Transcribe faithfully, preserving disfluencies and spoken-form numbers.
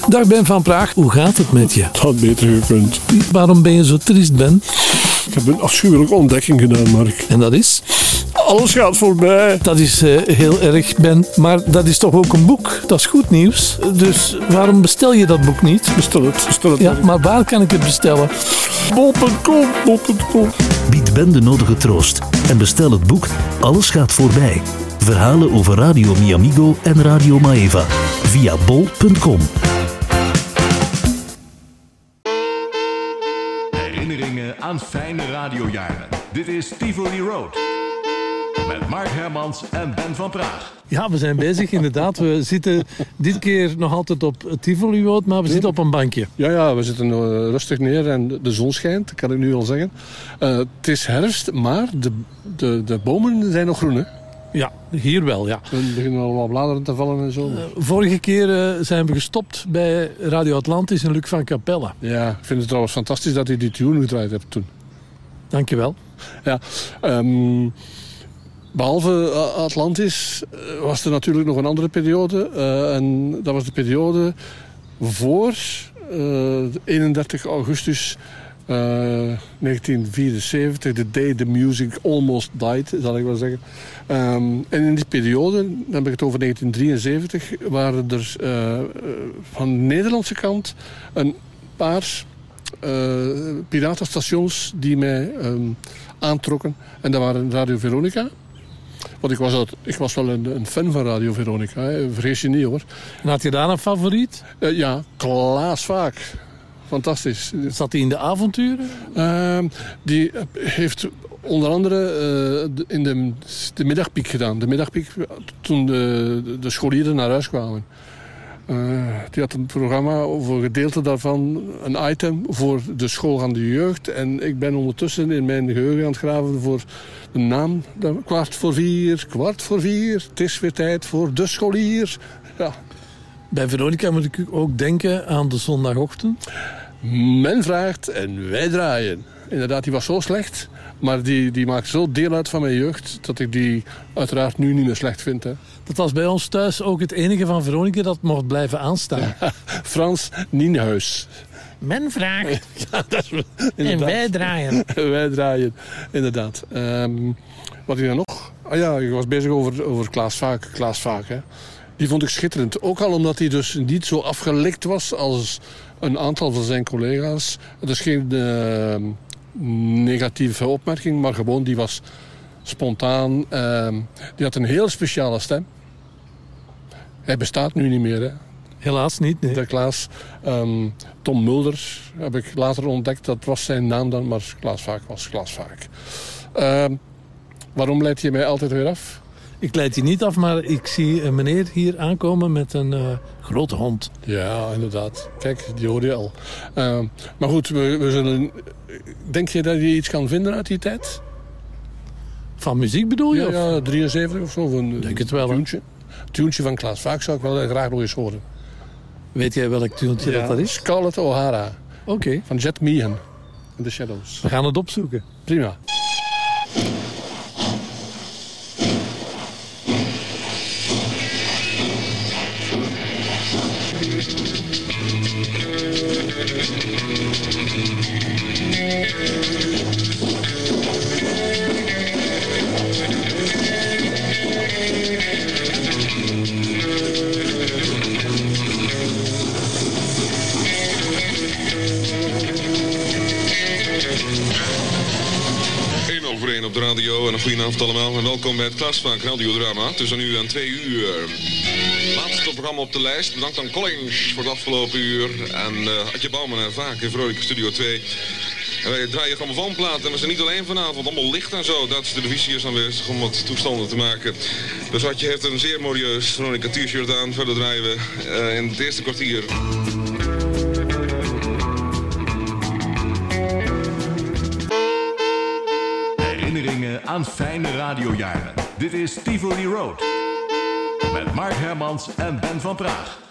Dag Ben van Praag, hoe gaat het met je? Het had beter gekund. Waarom ben je zo triest, Ben? Ik heb een afschuwelijke ontdekking gedaan, Mark. En dat is? Alles gaat voorbij. Dat is uh, heel erg, Ben. Maar dat is toch ook een boek? Dat is goed nieuws. Dus waarom bestel je dat boek niet? Bestel het, bestel het. Ja, maar waar kan ik het bestellen? bol punt com, bol punt com. Bied Ben de nodige troost en bestel het boek Alles gaat voorbij. Verhalen over Radio Miamigo en Radio Maeva via bol punt com. Herinneringen aan fijne radiojaren. Dit is Tivoli Road. Met Mark Hermans en Ben van Praag. Ja, we zijn bezig inderdaad. We zitten dit keer nog altijd op Tivoli Road, maar we nee. zitten op een bankje. Ja, ja, we zitten uh, rustig neer en de zon schijnt, dat kan ik nu al zeggen. Uh, het is herfst, maar de, de, de bomen zijn nog groen, hè? Ja, hier wel, ja. Er beginnen al wat bladeren te vallen en zo. Uh, vorige keer uh, zijn we gestopt bij Radio Atlantis in Luc van Capelle. Ja, ik vind het trouwens fantastisch dat je die tune gedraaid hebt toen. Dankjewel. Ja, um, behalve Atlantis uh, was er natuurlijk nog een andere periode. Uh, en dat was de periode voor uh, eenendertig augustus uh, negentien vierenzeventig. The day the music almost died, zal ik wel zeggen. Um, en in die periode, dan heb ik het over negentien drieënzeventig, waren er uh, van de Nederlandse kant een paar uh, piratenstations die mij um, aantrokken. En dat waren Radio Veronica. Want ik was, dat, ik was wel een, een fan van Radio Veronica, hè. Vergeet je niet hoor. En had je daar een favoriet? Uh, ja, Klaas Vaak. Fantastisch. Zat hij in de avonturen? Uh, die heeft onder andere uh, in de, de middagpiek gedaan. De middagpiek toen de, de scholieren naar huis kwamen. Uh, die had een programma over gedeelte daarvan, een item voor de schoolgaande jeugd. En ik ben ondertussen in mijn geheugen aan het graven voor de naam. Kwart voor vier, kwart voor vier. Het is weer tijd voor de scholier. Ja. Bij Veronica moet ik ook denken aan de zondagochtend. Men vraagt en wij draaien. Inderdaad, die was zo slecht. Maar die, die maakt zo deel uit van mijn jeugd dat ik die uiteraard nu niet meer slecht vind. Hè. Dat was bij ons thuis ook het enige van Veronica dat mocht blijven aanstaan. Frans Nienhuis. Men vraagt ja, dat is, en wij draaien. wij draaien, inderdaad. Um, wat ik dan nog? Ah ja, ik was bezig over, over Klaas Vaak. Klaas Vaak, hè. Die vond ik schitterend. Ook al omdat hij dus niet zo afgelekt was als een aantal van zijn collega's. Het is geen uh, negatieve opmerking, maar gewoon die was spontaan. Uh, die had een heel speciale stem. Hij bestaat nu niet meer, hè. Helaas niet, nee. De Klaas. Um, Tom Mulder heb ik later ontdekt. Dat was zijn naam dan, maar Klaas Vaak was Klaas Vaak. Uh, waarom leidt je mij altijd weer af? Ik leid je niet af, maar ik zie een meneer hier aankomen met een uh, grote hond. Ja, inderdaad. Kijk, die hoor je al. Uh, maar goed, we, we zullen... Denk je dat je iets kan vinden uit die tijd? Van muziek bedoel je? Ja, of? ja drieënzeventig of zo. Of een, denk het wel. Tuentje. Tuentje van Klaas Vaak zou ik wel graag nog eens horen. Weet jij welk tuentje ja, dat, dat is? Scarlett O'Hara. Oké. Okay. Van Jet Meehan. In The Shadows. We gaan het opzoeken. Prima. Op de radio en een goedenavond allemaal en welkom bij het Klaas Vaak radiodrama tussen nu en twee uur. Laatste programma op de lijst. Bedankt aan Collins voor het afgelopen uur en uh, Adje Bouwman en Vaak in Vrolijke Studio twee. En wij draaien gewoon van platen en we zijn niet alleen vanavond, allemaal licht en zo. Dat is de televisie is aanwezig om wat toestanden te maken. Dus Adje heeft een zeer modieus Veronica t-shirt aan. Verder draaien we uh, in het eerste kwartier. Herinneringen aan fijne radiojaren. Dit is Tivoli Road. Met Mark Hermans en Ben van Praag.